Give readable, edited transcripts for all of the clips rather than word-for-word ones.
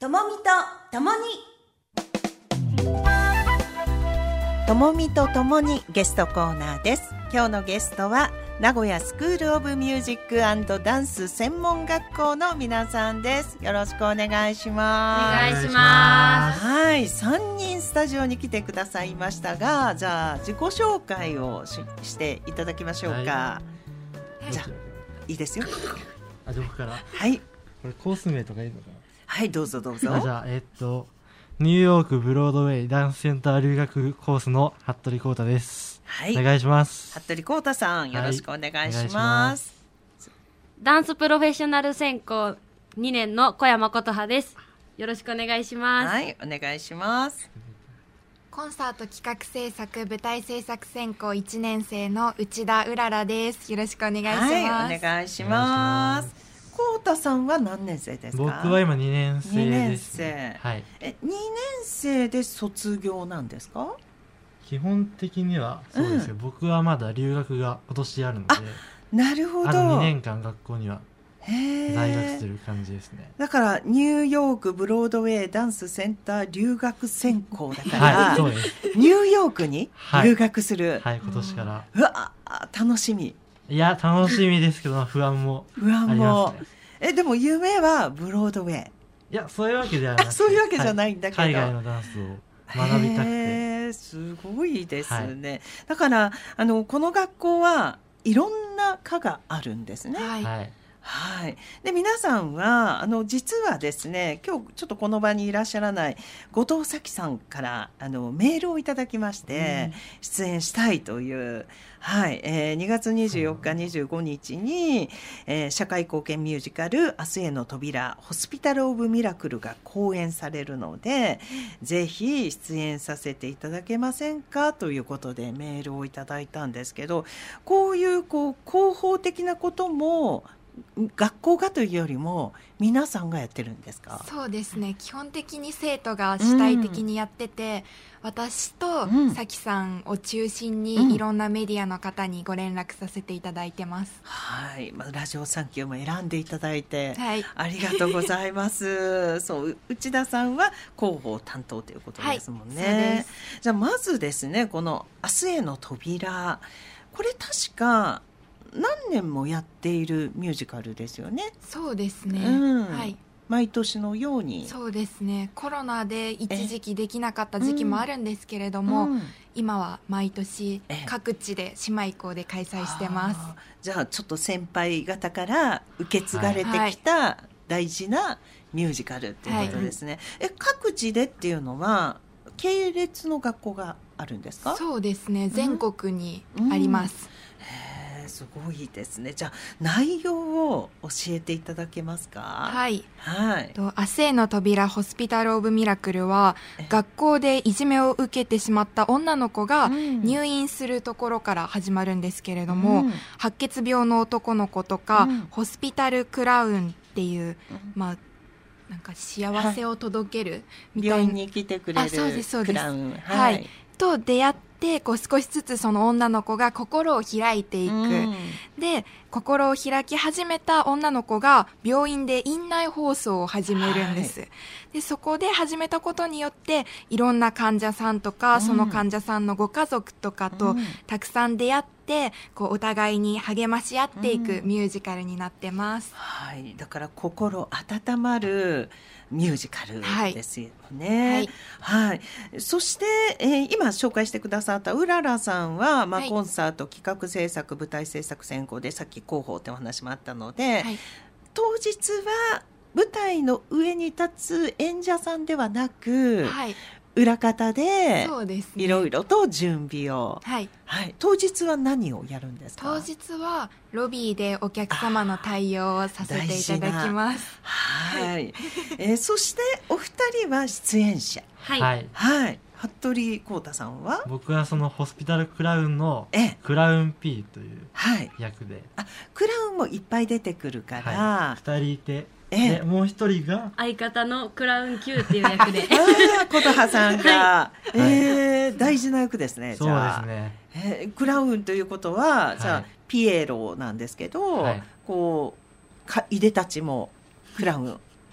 ともみとともに、ともみとともにゲストコーナーです。今日のゲストは名古屋スクールオブミュージック&ダンス専門学校の皆さんです。よろしくお願いします。 お願いします。 はい、3人スタジオに来てくださいましたが、じゃあ自己紹介を していただきましょうか。はい、じゃあいいですよ。 どこから？ はい。 これコース名とかいいのかな？ はい、どうぞどうぞ。 じゃあニューヨークブロードウェイダンスセンター留学コースの服部浩太です。はい、お願いします。 服部浩太さん、よろしくお願いします。 ダンスプロフェッショナル専攻2年の小山琴葉です。よろしくお願いします。 はい、お願いします。 コンサート企画制作舞台制作専攻1年生の内田うららです。よろしくお願いします。 はい、お願いします。浩太さんは何年生ですか？ 僕は今2年生です。 2年生、 はい、 2年生で卒業なんですか？ 基本的にはそうですよ、僕はまだ留学が今年あるので、 なるほど、 2年間学校には在学する感じですね。 だからニューヨークブロードウェイダンスセンター留学専攻だから、 はい、そうです。 ニューヨークに留学する、 はい、今年から。 うわ、楽しみ。 いや、楽しみですけど不安もありますね。 でも夢はブロードウェイ？ いや、そういうわけではなくて、 そういうわけじゃないんだけど、 海外のダンスを学びたくて。 すごいですね。だからこの学校はいろんな科があるんですね。 はい、 はい、で皆さんは実はですね、今日ちょっとこの場にいらっしゃらない後藤咲さんからメールをいただきまして、出演したいという、はい、2月24日25日に、社会貢献ミュージカル明日への扉ホスピタルオブミラクルが公演されるので、ぜひ出演させていただけませんかということでメールをいただいたんですけど、こういう広報的なことも学校がというよりも皆さんがやってるんですか？ そうですね、基本的に生徒が主体的にやってて、私とさきさんを中心にいろんなメディアの方にご連絡させていただいてます。 はい、ラジオサンキューも選んでいただいて、 はい、 ありがとうございますそう内田さんは広報担当ということですもんね。 はい、そうです。 じゃあまずですね、この明日への扉、これ確か何年もやっているミュージカルですよね。 そうですね、はい、 毎年のように。 そうですね、コロナで一時期できなかった時期もあるんですけれども、今は毎年各地で姉妹校で開催してます。 じゃあちょっと先輩方から受け継がれてきた大事なミュージカルっていうことですね。各地でっていうのは系列の学校があるんですか？ そうですね、全国にあります。 すごいですね。じゃあ内容を教えていただけますか？ はい、 はい、 明日への扉ホスピタルオブミラクルは、学校でいじめを受けてしまった女の子が入院するところから始まるんですけれども、白血病の男の子とか、ホスピタルクラウンっていう、なんか幸せを届けるみたいな、 病院に来てくれるクラウン、 はい、と出会って、少しずつその女の子が心を開いていく、で心を開き始めた女の子が病院で院内放送を始めるんです、でそこで始めたことによっていろんな患者さんとか、その患者さんのご家族とかとたくさん出会って、お互いに励まし合っていくミュージカルになってます、 はい、だから心温まるミュージカルですよね。はい、そして、今紹介してくださったうららさんは、コンサート企画制作舞台制作専攻で、さっき広報ってお話もあったので、当日は舞台の上に立つ演者さんではなく、裏方でいろいろと準備を、当日は何をやるんですか？ 当日はロビーでお客様の対応をさせていただきます。 はい、そしてお二人は出演者。 はい、 服部浩太さんは？ 僕はそのホスピタルクラウンのクラウン P という役で、 クラウンもいっぱい出てくるから、 2人いて、でもう一人が相方のクラウン Q っていう役で琴葉さんが、大事な役ですね。 そうですね、 クラウンということは、じゃあピエロなんですけど、いでたちもクラウン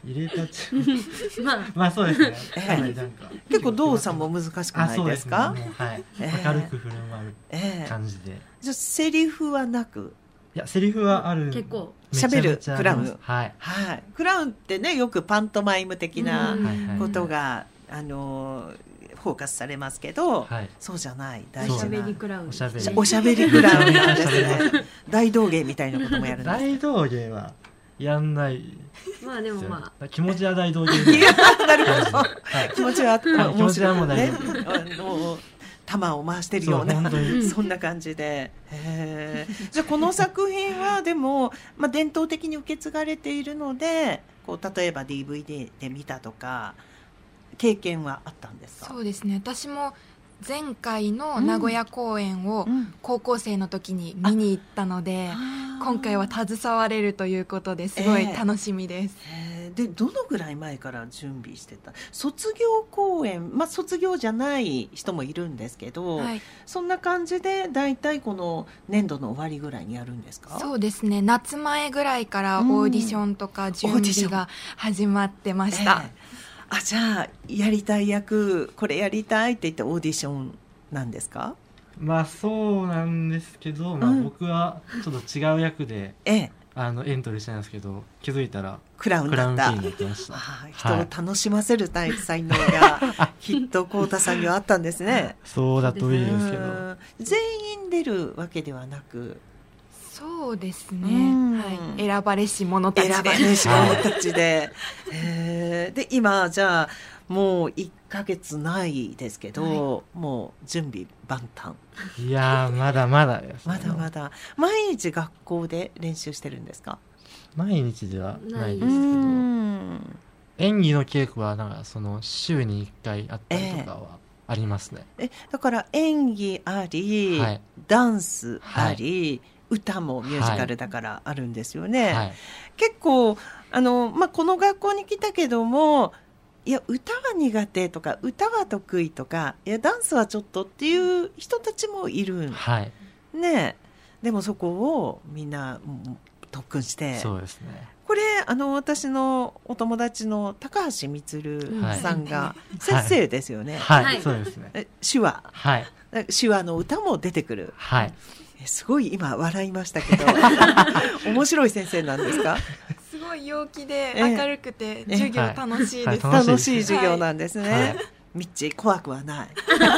入れたまあそうですね、なんか結構動作も難しくないですか？ はい、明るく振る舞う感じで。 じゃあセリフはなく？ いやセリフはある。 結構喋るクラウン。 はい、 はい、クラウンってねよくパントマイム的なことがフォーカスされますけど、 はい、 そうじゃない大事なおしゃべりクラウン。 おしゃべりクラウンなんですね。大道芸みたいなこともやるんです。 大道芸はやんない。 まあでもまあ気持ちは大道芸。 なるほど。はい、気持ちは面白いもんね。 玉を回してるようなそんな感じで。じゃあこの作品はでも、伝統的に受け継がれているので、こう例えば DVD で見たとか経験はあったんですか？ そうですね、私も前回の名古屋公演を高校生の時に見に行ったので、今回は携われるということですごい楽しみです。 でどのぐらい前から準備してた？卒業公演、卒業じゃない人もいるんですけど、はい、そんな感じでだいたいこの年度の終わりぐらいにやるんですか？ そうですね、夏前ぐらいからオーディションとか準備が始まってました。 じゃあやりたい役これやりたいって言ってオーディションなんですか？ そうなんですけど、僕はちょっと違う役で、エントリーしたんですけど、気づいたらクラウンだった。 クラウンキーになってました。 人を楽しませる才能がきっと浩太さんにはあったんですね。 そうだといいですけど、 全員出るわけではなく。 そうですね、はい、選ばれし者たちでで今じゃあもう1ヶ月ないですけど、もう準備万端。 いやまだまだです、 まだまだ。毎日学校で練習してるんですか？ 毎日ではないですけど、演技の稽古はなんかその週に1回あったりとかはありますね。 だから演技あり、ダンスあり、歌もミュージカルだからあるんですよね。結構この学校に来たけども、いや歌は苦手とか歌は得意とか、いやダンスはちょっとっていう人たちもいる、ね。でもそこをみんな特訓して。 そうですね。 これ私のお友達の高橋充さんが先生ですよね。 そうですね。 手話の歌も出てくる。すごい今笑いましたけど面白い先生なんですか？ すごい陽気で明るくて授業楽しいです。 楽しい授業なんですね。みっち怖くはない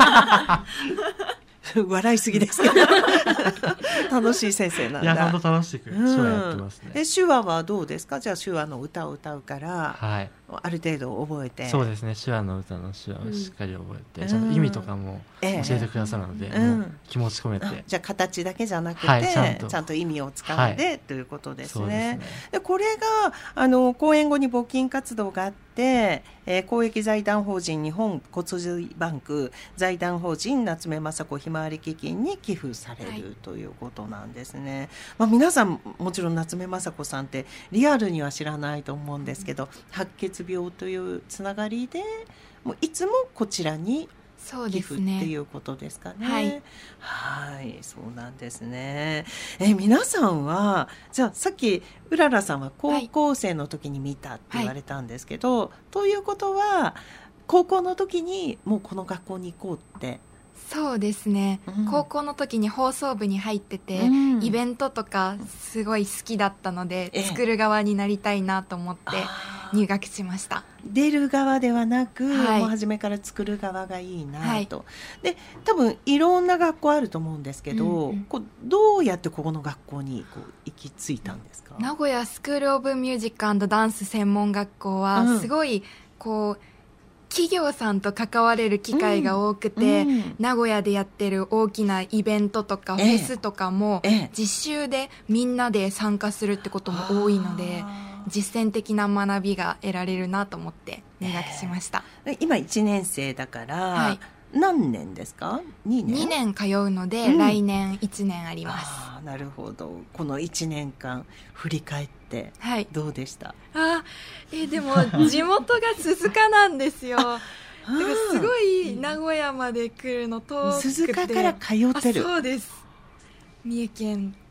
笑いすぎですけど楽しい先生なんだ。 いや本当楽しく手話やってますね。 手話はどうですか？じゃあ手話の歌を歌うから、ある程度覚えて。 そうですね、手話の歌の手話をしっかり覚えて、ちゃんと意味とかも教えてくださるので、もう気持ち込めて。 じゃあ形だけじゃなくて、ちゃんと意味を使うんで、ということですね。でこれが公演後に募金活動があって、公益財団法人日本骨髄バンク財団法人夏目雅子ひまわり基金に寄付されるということなんですね。皆さんもちろん夏目雅子さんってリアルには知らないと思うんですけど、白血病というつながりでもういつもこちらに寄付っていうことですかね。そうなんですね。皆さんはじゃあさっきうららさんは高校生の時に見たって言われたんですけど、ということは高校の時にもうこの学校に行こうって。 そうですね、高校の時に放送部に入ってて、イベントとかすごい好きだったので、作る側になりたいなと思って入学しました。 出る側ではなく、もう初めから作る側がいいなと、で多分いろんな学校あると思うんですけど、どうやってここの学校に行き着いたんですか？ 名古屋スクールオブミュージック&ダンス専門学校はすごい企業さんと関われる機会が多くて、名古屋でやってる大きなイベントとかフェスとかも実習でみんなで参加するってことも多いので、実践的な学びが得られるなと思って入学しました。 今1年生だから、何年ですか？2年？ 2年通うので、来年1年あります。 なるほど。この1年間振り返ってどうでした？ でも地元が鈴鹿なんですよ。だからすごい名古屋まで来るの遠くて、 鈴鹿から通ってる。 そうです。三重県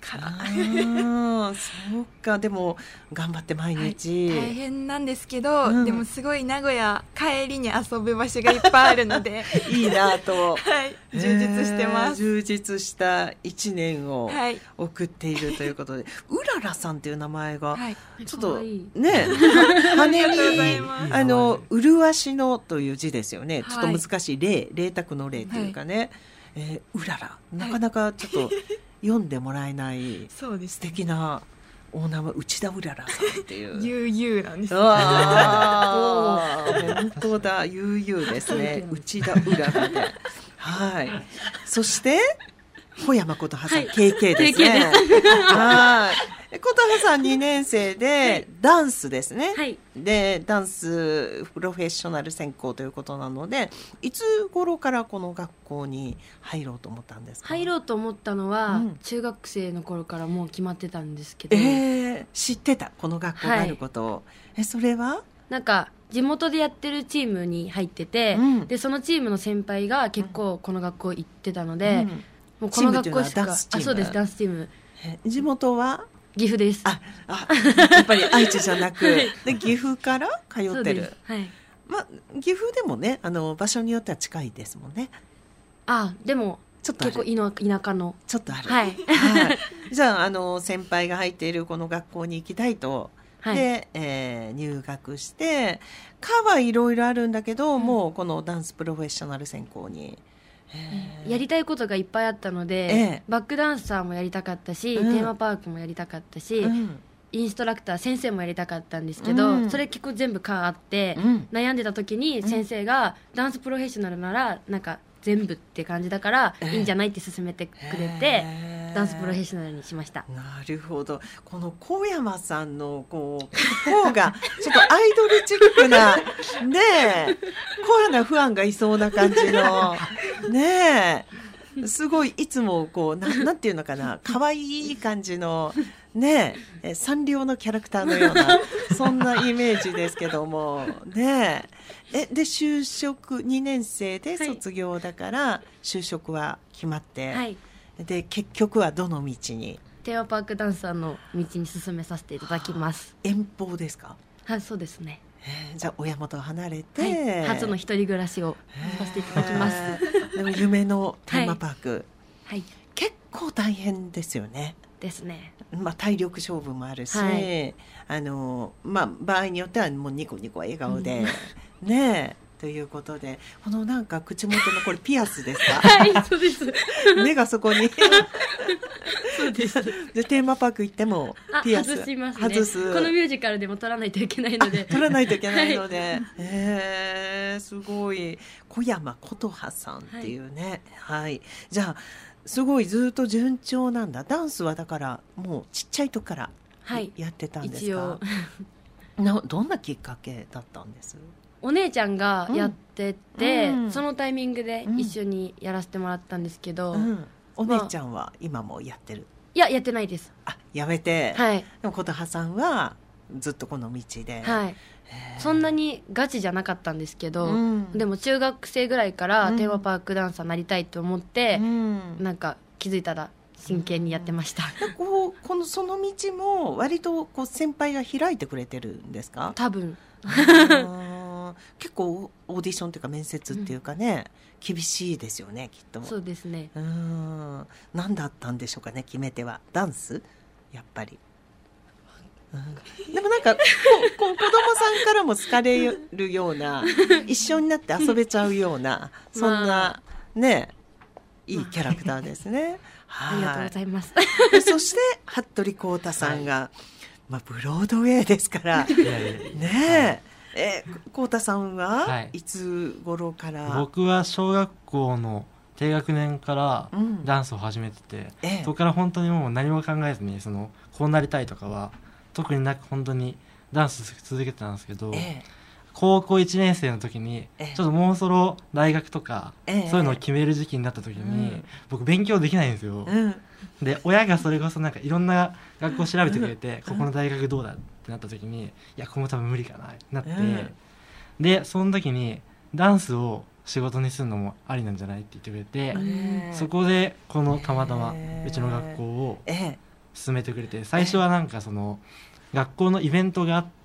そうか。でも頑張って毎日、 はい、大変なんですけど、 うん、 でもすごい名古屋帰りに遊ぶ場所がいっぱいあるのでいいなと、 はい、充実してます。 充実した1年をはい送っているということで、うららさんっていう名前がはいちょっとかわいいね、羽ありがとうございにます麗しのという字ですよね。 はいちょっと難しい麗沢の麗というかね、うらら、なかなかちょっと読んでもらえない素そうですね。 敵なお名前、内田うららさんっていう。 悠々なんです。 ああ、本当だ、悠々ですね。内田うららで。はい。そして、小山琴葉さん、 はい KK ですね。はい。琴葉さん2年生で、ダンスですね。 はい。 で、ダンスプロフェッショナル専攻ということなので、いつ頃からこの学校に入ろうと思ったんですか？ 入ろうと思ったのは、 うん中学生の頃からもう決まってたんですけど、 知ってた、この学校があることを。それはなんか地元でやってるチームに入ってて、 うんでそのチームの先輩が結構この学校行ってたので、 うんもうこの学校しか、 チームっていうのはダンスチームそうです、ダンスチーム、 地元は岐阜です。 やっぱり愛知じゃなく、で岐阜から通ってるそうです。はい。 まあ、岐阜でもね、場所によっては近いですもんね。 でもちょっとある、 結構田舎の、 ちょっとある。 はいじゃあ、先輩が入っているこの学校に行きたいと、 はい、 で、入学して科はいろいろあるんだけど、もうこのダンスプロフェッショナル専攻に、 やりたいことがいっぱいあったので、バックダンサーもやりたかったし、 うんテーマパークもやりたかったし、 うんインストラクター先生もやりたかったんですけど、 うんそれ結構全部科あって、 うん悩んでた時に先生が、ダンスプロフェッショナルならなんか全部って感じだからいいんじゃないって勧めてくれて、ダンスプロフェッショナルにしました。 なるほど。この小山さんの方がちょっとアイドルチックなねえ、コアなファンがいそうな感じのねえ、すごいいつもなんていうのかな、可愛い感じのねえ、サンリオのキャラクターのようなそんなイメージですけどもねえ。で就職2年生で卒業だから、就職は決まって、 はい、 で結局はどの道に？ テーマパークダンサーの道に進めさせていただきます。 遠方ですか？ はい、そうですね。 じゃあ親元を離れて、 はい、初の一人暮らしをさせていただきます。 でも夢のテーマパーク、 はい、 結構大変ですよね。 ですね。 体力勝負もあるし、 はい、 場合によってはもうニコニコ笑顔で、ねえということで、このなんか口元のこれピアスですか？ はい、そうです。 目がそこにそうです。 でテーマパーク行ってもピアス外しますね。 外す。 このミュージカルでも撮らないといけないので。 撮らないといけないので、すごい。小山琴葉さんっていうね、はい、じゃあすごいずっと順調なんだ。ダンスはだからもうちっちゃい時からやってたんですか？一応どんなきっかけだったんです？ お姉ちゃんがやってて、そのタイミングで一緒にやらせてもらったんですけど、 お姉ちゃんは今もやってる？ いや、やってないです。 やめて、 はい、 でも琴葉さんはずっとこの道で、 はい、そんなにガチじゃなかったんですけど、でも中学生ぐらいからテーマパークダンサーになりたいと思って、なんか気づいたら真剣にやってました。 その道も割と先輩が開いてくれてるんですか？ 多分結構オーディションというか面接っていうかね、厳しいですよね、きっと。 そうですね。 何だったんでしょうかね、決め手は。ダンスやっぱり。でもなんか子供さんからも好かれるような一緒になって遊べちゃうようなそんなね、いいキャラクターですね。 ありがとうございます。 そして服部康太さんが、ブロードウェイですからねえ。康太さんはいつ頃から？ 僕は小学校の低学年からダンスを始めてて、そこから本当にもう何も考えずにこうなりたいとかは特になく本当にダンス続けてたんですけど、高校1年生の時にちょっともうそろ大学とかそういうのを決める時期になった時に、僕勉強できないんですよ。で親がそれこそなんかいろんな学校調べてくれて、ここの大学どうだってなった時に、いやここも多分無理かなってなって、でその時にダンスを仕事にするのもありなんじゃないって言ってくれて、そこでたまたまうちの学校を進めてくれて、最初はなんかその学校のイベントがあって、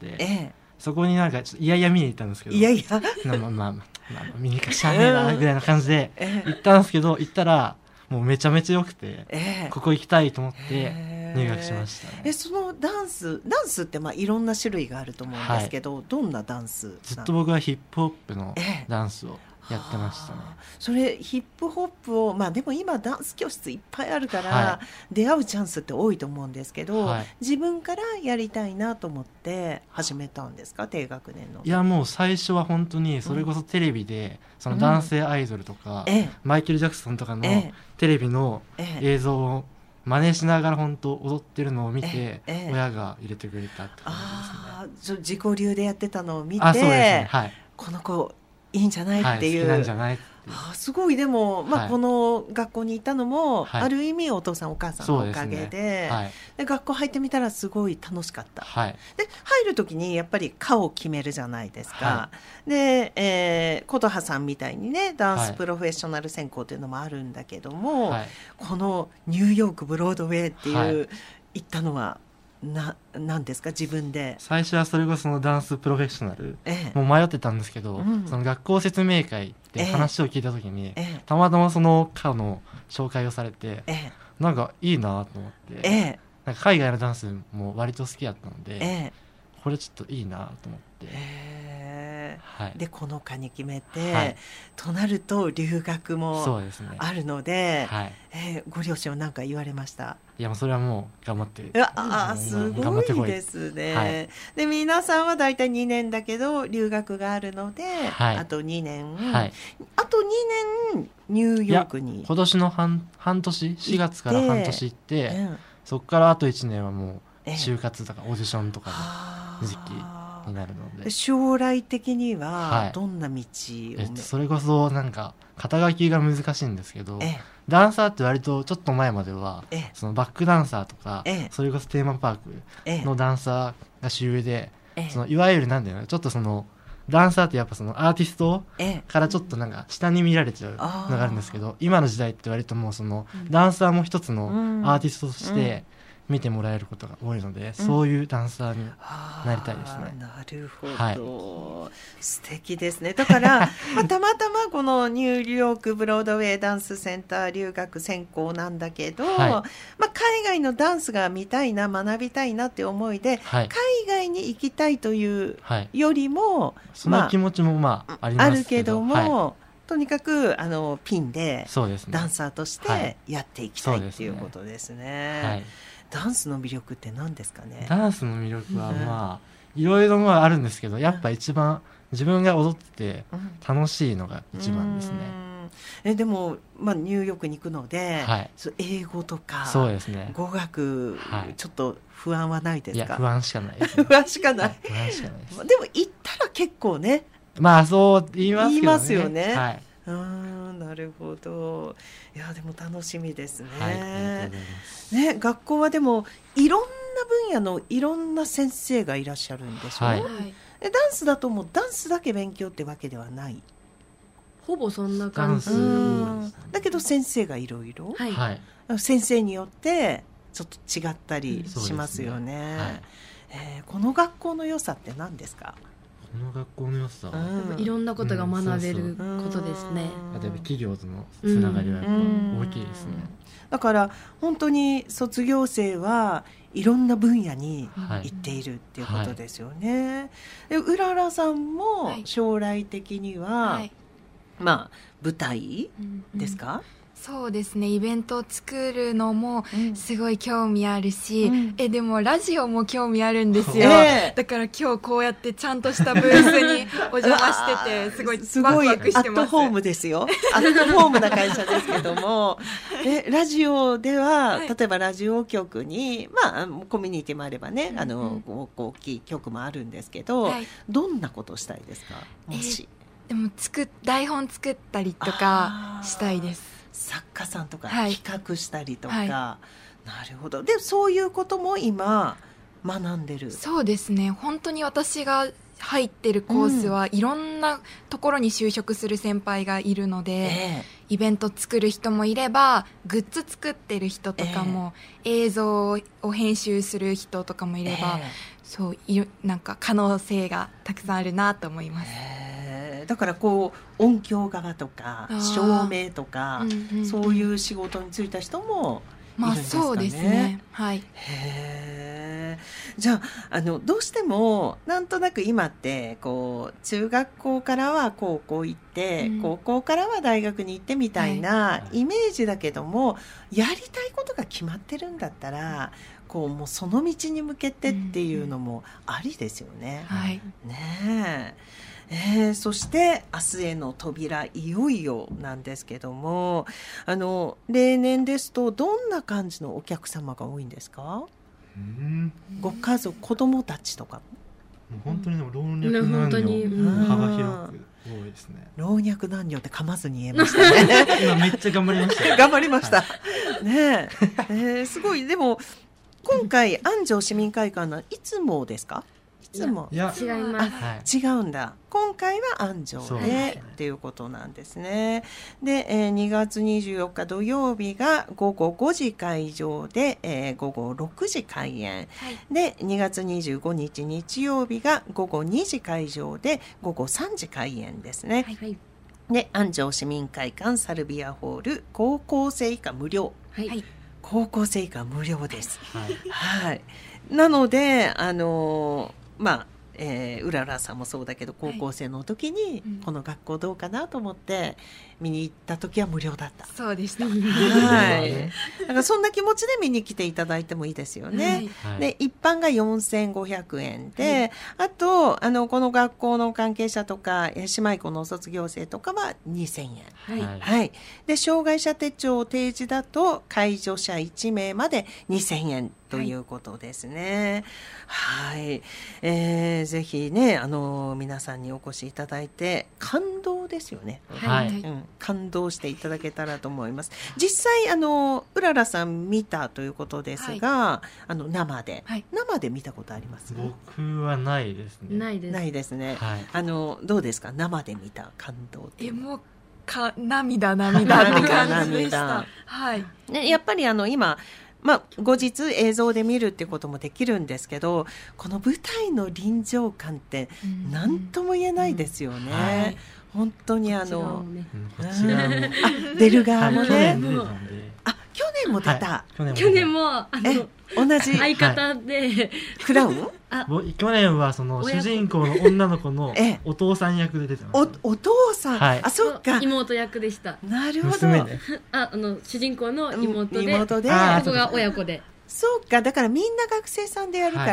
そこになんかちょっといやいや見に行ったんですけど、まあ見に行かしゃねえなぐらいな感じで行ったんですけど、行ったらもうめちゃめちゃ良くて、ここ行きたいと思って入学しましたね。 そのダンスっていろんな種類があると思うんですけど、どんなダンス？ ずっと僕はヒップホップのダンスをやってましたね。 それヒップホップをでも今ダンス教室いっぱいあるから、出会うチャンスって多いと思うんですけど、自分からやりたいなと思って始めたんですか、低学年の？ いやもう最初は本当にそれこそテレビでその男性アイドルとか、マイケル・ジャクソンとかのテレビの映像を真似しながら本当踊ってるのを見て、親が入れてくれたって感じですね。 自己流でやってたのを見て、 そうですね、 この子いいんじゃないっていう、 好きなんじゃないってすごい。でも、この学校に行ったのも、ある意味お父さんお母さんのおかげ で学校入ってみたらすごい楽しかった、で入る時にやっぱり科を決めるじゃないですか、で、琴葉さんみたいにねダンスプロフェッショナル専攻っていうのもあるんだけども、このニューヨークブロードウェイっていう、行ったのは何ですか？自分で。 最初はそれこそのダンスプロフェッショナル、もう迷ってたんですけど、その学校説明会で話を聞いた時に、たまたまその科の紹介をされて、なんかいいなと思って、なんか海外のダンスも割と好きだったので、これちょっといいなと思って、 でこの科に決めて、となると留学もあるので、ご両親は何か言われました？ いやもうそれはもう頑張ってすごいですね、で皆さんはだいたい2年だけど留学があるので、あと2年、あと2年ニューヨークに今年の半年4月から半年行って、そこからあと1年はもう就活とかオーディションとかの時期になるので、 将来的にはどんな道を、 それこそなんか肩書きが難しいんですけど、ダンサーって割とちょっと前まではそのバックダンサーとか、それこそテーマパークのダンサーが主流で、そのいわゆるなんだよね、ちょっとそのダンサーってやっぱそのアーティストからちょっとなんか下に見られちゃうのがあるんですけど、今の時代って割ともうそのダンサーも一つのアーティストとして見てもらえることが多いので、そういうダンサーになりたいですね。 なるほど、素敵ですね。だからたまたまこのニューヨークブロードウェイダンスセンター留学専攻なんだけど、海外のダンスが見たいな、学びたいなって思いで、海外に行きたいというよりも、 その気持ちもありますあるけども、とにかくピンでダンサーとしてやっていきたいっていうことですね。ダンスの魅力って何ですかね？ ダンスの魅力はいろいろあるんですけど、やっぱ一番自分が踊ってて楽しいのが一番ですね。 でも、ニューヨークに行くので、英語とか語学、ちょっと不安はないですか？ いや不安しかないです、 不安しかない。でも行ったら結構ね、 そう言いますけどね。 言いますよね。なるほど。いやでも楽しみですね。学校はでもいろんな分野のいろんな先生がいらっしゃるんでしょう。ダンスだともうダンスだけ勉強ってわけではない。 ほぼそんな感じ。 だけど先生がいろいろ、先生によってちょっと違ったりしますよね。この学校の良さって何ですか？ この学校の良さ、 いろんなことが学べることですね。 例えば企業とのつながりはやっぱ大きいですね。 だから本当に卒業生はいろんな分野に行っているっていうことですよね。でうららさんも将来的には、舞台ですか？ そうですね、イベントを作るのもすごい興味あるし、でもラジオも興味あるんですよ、だから今日こうやってちゃんとしたブースにお邪魔しててすごいワクワクしてます。 アットホームですよ。アットホームな会社ですけどもラジオでは、例えばラジオ局にコミュニティもあればね、大きい局もあるんですけど、どんなことをしたいですか？もしでも台本作ったりとかしたいです。 作家さんとか企画したりとか、なるほど。でそういうことも今学んでる。 そうですね、本当に私が入ってるコースはいろんなところに就職する先輩がいるので、イベント作る人もいればグッズ作ってる人とかも、映像を編集する人とかもいれば、そうなんか可能性がたくさんあるなと思います。 だからこう音響側とか照明とか、そういう仕事に就いた人もいるんですかね。 そうですね。はい。 じゃあどうしてもなんとなく今ってこう中学校からは高校行って、高校からは大学に行ってみたいなイメージだけども、やりたいことが決まってるんだったらこうもうその道に向けてっていうのもありですよね。ねえ。そして明日への扉、いよいよなんですけども、例年ですとどんな感じのお客様が多いんですか？ご家族、子供たちとか。 もう本当にでも老若男女幅広く多いですね。 老若男女って噛まずに言えましたね。 今めっちゃ頑張りました。 頑張りました。ねえ。すごい。でも今回安城市民会館はいつもですか？いつも。 いや違います。 違うんだ。今回は安城でっていうことなんですね。で、2月24日土曜日が午後5時会場で、午後6時開演、で2月25日日曜日が午後2時会場で午後3時開演ですね。で安城市民会館サルビアホール、高校生以下無料、高校生以下無料です。なのでうららさんもそうだけど、高校生の時にこの学校どうかなと思って見に行った時は無料だった。 そうでした。 だからそんな気持ちで見に来ていただいてもいいですよね。で一般が4500円で、あとこの学校の関係者とか姉妹校の卒業生とかは2000円、で障害者手帳提示だと介助者1名まで2000円ということですね。ぜひね皆さんにお越しいただいて感動ですよね。感動していただけたらと思います。実際うららさん見たということですが、生で見たことあります？ 僕はないですね。 ないですね。どうですか、生で見た感動っていうのは？ 涙って感じでした。 やっぱり今後日映像で見るっていうこともできるんですけど、この舞台の臨場感って何とも言えないですよね。本当に出る側もね、去年も出た。 去年も同じ相方でクラウン。 去年はその主人公の女の子のお父さん役で出てました。 お父さん、そっか、 妹役でした。 なるほど。 主人公の妹で、ここが親子で。 そうか、だからみんな学生さんでやるから、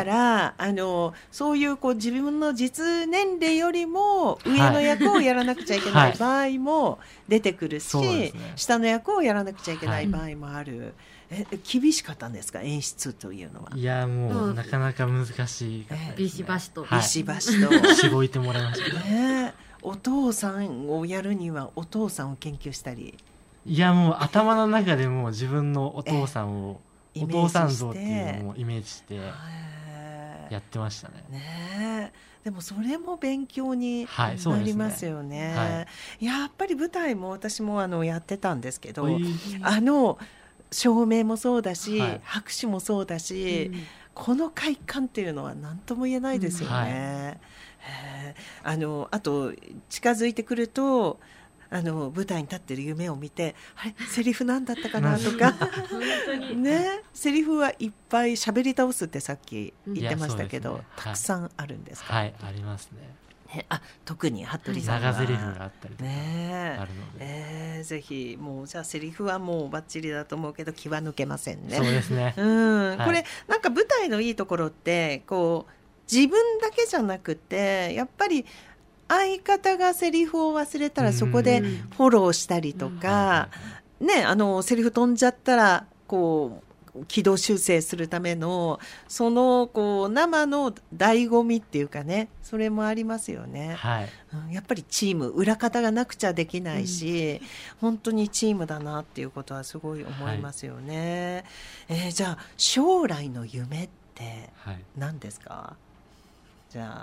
そういう自分の実年齢よりも上の役をやらなくちゃいけない場合も出てくるし、下の役をやらなくちゃいけない場合もある。厳しかったんですか、演出というのは？ いやもうなかなか難しい、 ビシバシとしごいてもらいましたね。 お父さんをやるにはお父さんを研究したり。 いやもう頭の中でもう自分のお父さんをお父さん像っていうのをイメージしてやってましたね。 でもそれも勉強になりますよね。やっぱり舞台も私もやってたんですけど、照明もそうだし、拍手もそうだし、この快感っていうのは何とも言えないですよね。あと近づいてくると舞台に立ってる夢を見て、あれセリフなんだったかなとかね、セリフはいっぱい喋り倒すってさっき言ってましたけど、たくさんあるんですか？ ありますね。 特に服部さんは長セリフがあったりとかあるので、 ぜひもうじゃあセリフはもうバッチリだと思うけど気は抜けませんね。 そうですね。 これなんか舞台のいいところって自分だけじゃなくてやっぱり相方がセリフを忘れたらそこでフォローしたりとか、セリフ飛んじゃったら軌道修正するためのその生の醍醐味っていうかね、それもありますよね。やっぱりチーム、裏方がなくちゃできないし、本当にチームだなっていうことはすごい思いますよね。じゃあ将来の夢って何ですか？じゃあ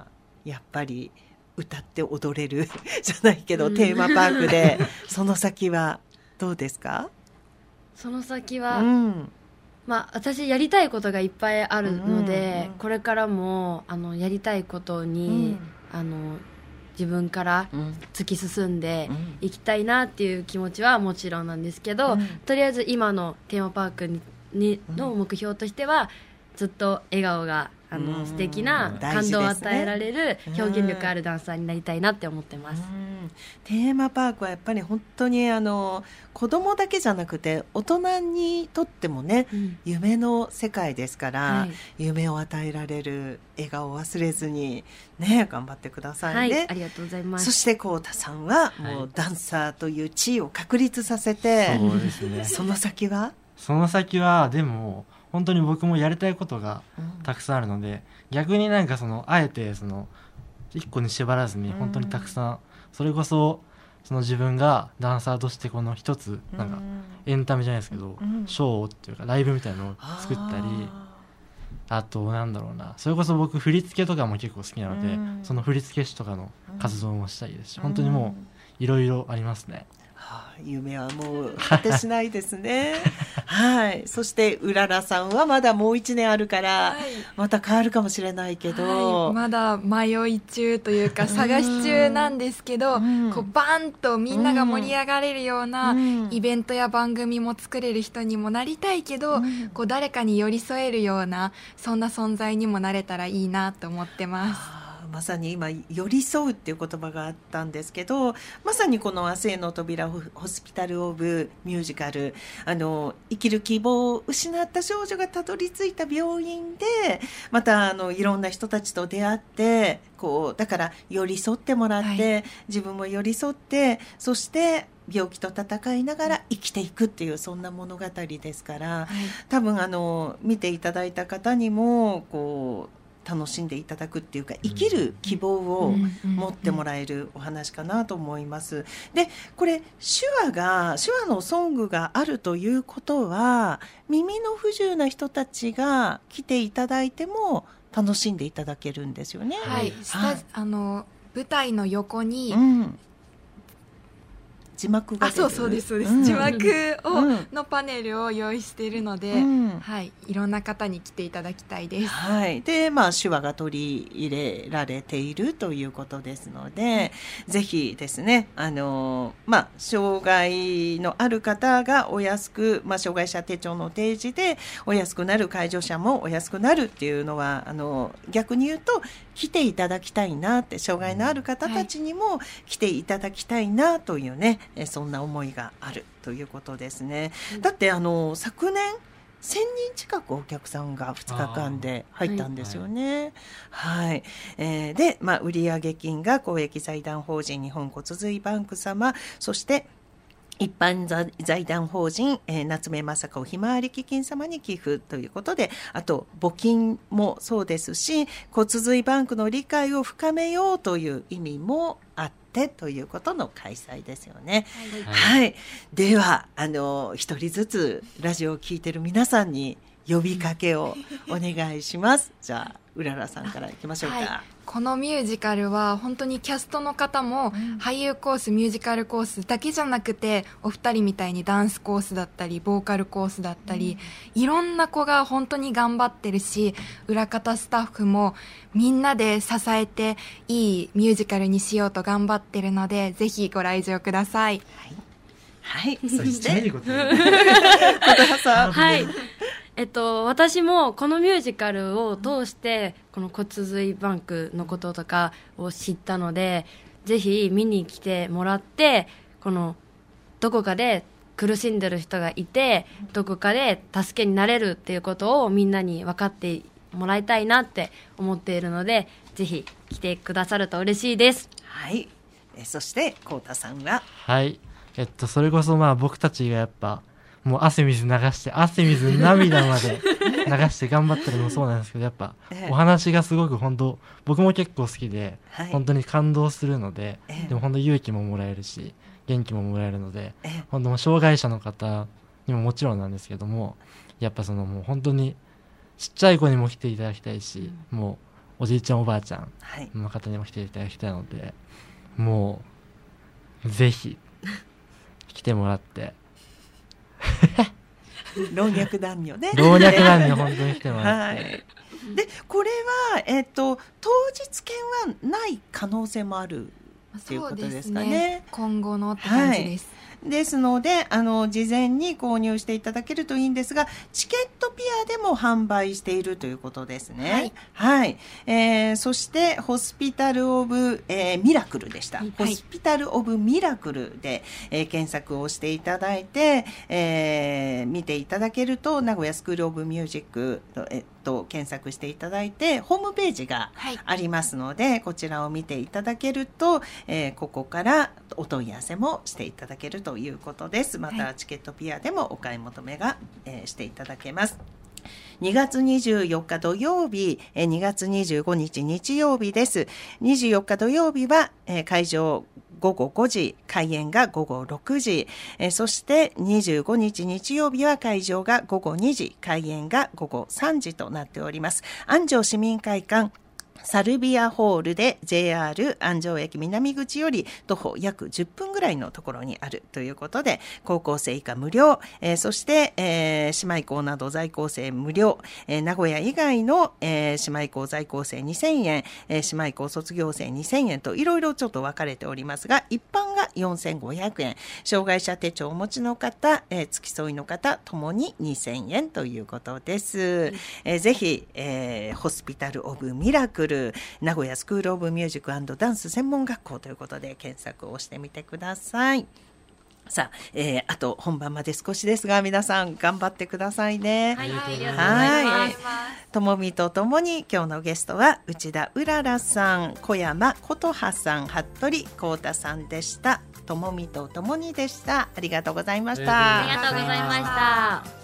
やっぱり歌って踊れるじゃないけど、テーマパークでその先はどうですか？ その先は、私やりたいことがいっぱいあるので、これからもやりたいことに、自分から突き進んでいきたいなっていう気持ちはもちろんなんですけど、とりあえず今のテーマパークの目標としては、ずっと笑顔が素敵な感動を与えられる表現力あるダンサーになりたいなって思ってます。 テーマパークはやっぱり本当に子供だけじゃなくて大人にとってもね、夢の世界ですから、夢を与えられる、笑顔を忘れずにね、頑張ってくださいね。 ありがとうございます。 そしてこうたさんはもうダンサーという地位を確立させて、 そうですね。 その先はでも本当に僕もやりたいことがたくさんあるので、逆になんかあえて一個に縛らずに本当にたくさん、それこそ自分がダンサーとしてこの一つなんかエンタメじゃないですけど、ショーっていうかライブみたいなのを作ったり、あとなんだろうな、それこそ僕振り付けとかも結構好きなので、その振り付け師とかの活動もしたいですし、本当にもういろいろありますね。 夢はもう果てしないですね。はい。そしてうららさんはまだもう1年あるから、また変わるかもしれないけど、 まだ迷い中というか探し中なんですけど、こうバンとみんなが盛り上がれるようなイベントや番組も作れる人にもなりたいけど、こう誰かに寄り添えるようなそんな存在にもなれたらいいなと思ってます。 まさに今寄り添うっていう言葉があったんですけど、まさにこの明日への扉ホスピタルオブミュージカル、生きる希望を失った少女がたどり着いた病院でまたいろんな人たちと出会って、こうだから寄り添ってもらって、自分も寄り添って、そして病気と戦いながら生きていくっていう、そんな物語ですから、多分見ていただいた方にもこう楽しんでいただくっていうか、生きる希望を持ってもらえるお話かなと思います。で、これ手話のソングがあるということは、耳の不自由な人たちが来ていただいても楽しんでいただけるんですよね。 舞台の横に、 字幕が出る。 そうです、字幕のパネルを用意しているので、いろんな方に来ていただきたいです。 で、手話が取り入れられているということですので、ぜひですね、障害のある方がお安く、障害者手帳の提示でお安くなる、介助者もお安くなるっていうのは、逆に言うと来ていただきたいなって、障害のある方たちにも来ていただきたいなというね、そんな思いがあるということですね。だって昨年1000人近くお客さんが2日間で入ったんですよね。で、売上金が公益財団法人日本骨髄バンク様、そして一般財団法人、夏目雅子ひまわり基金様に寄付ということで、あと募金もそうですし、骨髄バンクの理解を深めようという意味もあってということの開催ですよね。では一人ずつラジオを聞いてる皆さんに呼びかけをお願いします。じゃあうららさんからいきましょうか。 このミュージカルは本当にキャストの方も俳優コース、ミュージカルコースだけじゃなくて、お二人みたいにダンスコースだったりボーカルコースだったり、いろんな子が本当に頑張ってるし、裏方スタッフもみんなで支えていいミュージカルにしようと頑張ってるので、ぜひご来場ください。 そして小田さん。 私もこのミュージカルを通してこの骨髄バンクのこととかを知ったので、ぜひ見に来てもらって、このどこかで苦しんでる人がいて、どこかで助けになれるっていうことをみんなに分かってもらいたいなって思っているので、ぜひ来てくださると嬉しいです。 そしてこうたさんは。 それこそ僕たちがやっぱもう汗水涙まで流して頑張ったりもそうなんですけど、やっぱお話がすごく本当僕も結構好きで、本当に感動するので、でも本当勇気ももらえるし元気ももらえるので、本当障害者の方にももちろんなんですけども、やっぱもう本当にちっちゃい子にも来ていただきたいし、もうおじいちゃんおばあちゃんの方にも来ていただきたいので、もうぜひ来てもらって老若男女ね老若男女本当に来てもらって、はい、 でこれは、当日券はない可能性もあるっていうことですかね。 今後のって感じです、 ですので事前に購入していただけるといいんですが、チケットピアでも販売しているということですね。はい、そしてホスピタルオブ、ミラクルでした、はい、ホスピタルオブミラクルで、検索をしていただいて、見ていただけると名古屋スクールオブミュージックと検索していただいてホームページがありますので、こちらを見ていただけると、ここからお問い合わせもしていただけるということです。またチケットピアでもお買い求めが、していただけます。2月24日土曜日、2月25日日曜日です。24日土曜日は、会場午後5時、開演が午後6時、そして25日日曜日は会場が午後2時、開演が午後3時となっております。安城市民会館サルビアホールで JR 安城駅南口より徒歩約10分ぐらいのところにあるということで、高校生以下無料、そして、姉妹校など在校生無料、名古屋以外の、姉妹校在校生2000円、姉妹校卒業生2000円といろいろちょっと分かれておりますが、一般が4500円、障害者手帳をお持ちの方、付き添いの方ともに2000円ということです。ぜひ、ホスピタルオブミラクル名古屋スクールオブミュージック&ダンス専門学校ということで検索をしてみてください。さあ、あと本番まで少しですが、皆さん頑張ってくださいね。 はい、ありがとうございます。 ともみとともに今日のゲストは内田うららさん、小山琴葉さん、服部幸太さんでした。ともみとともにでした。ありがとうございました。 ありがとうございました。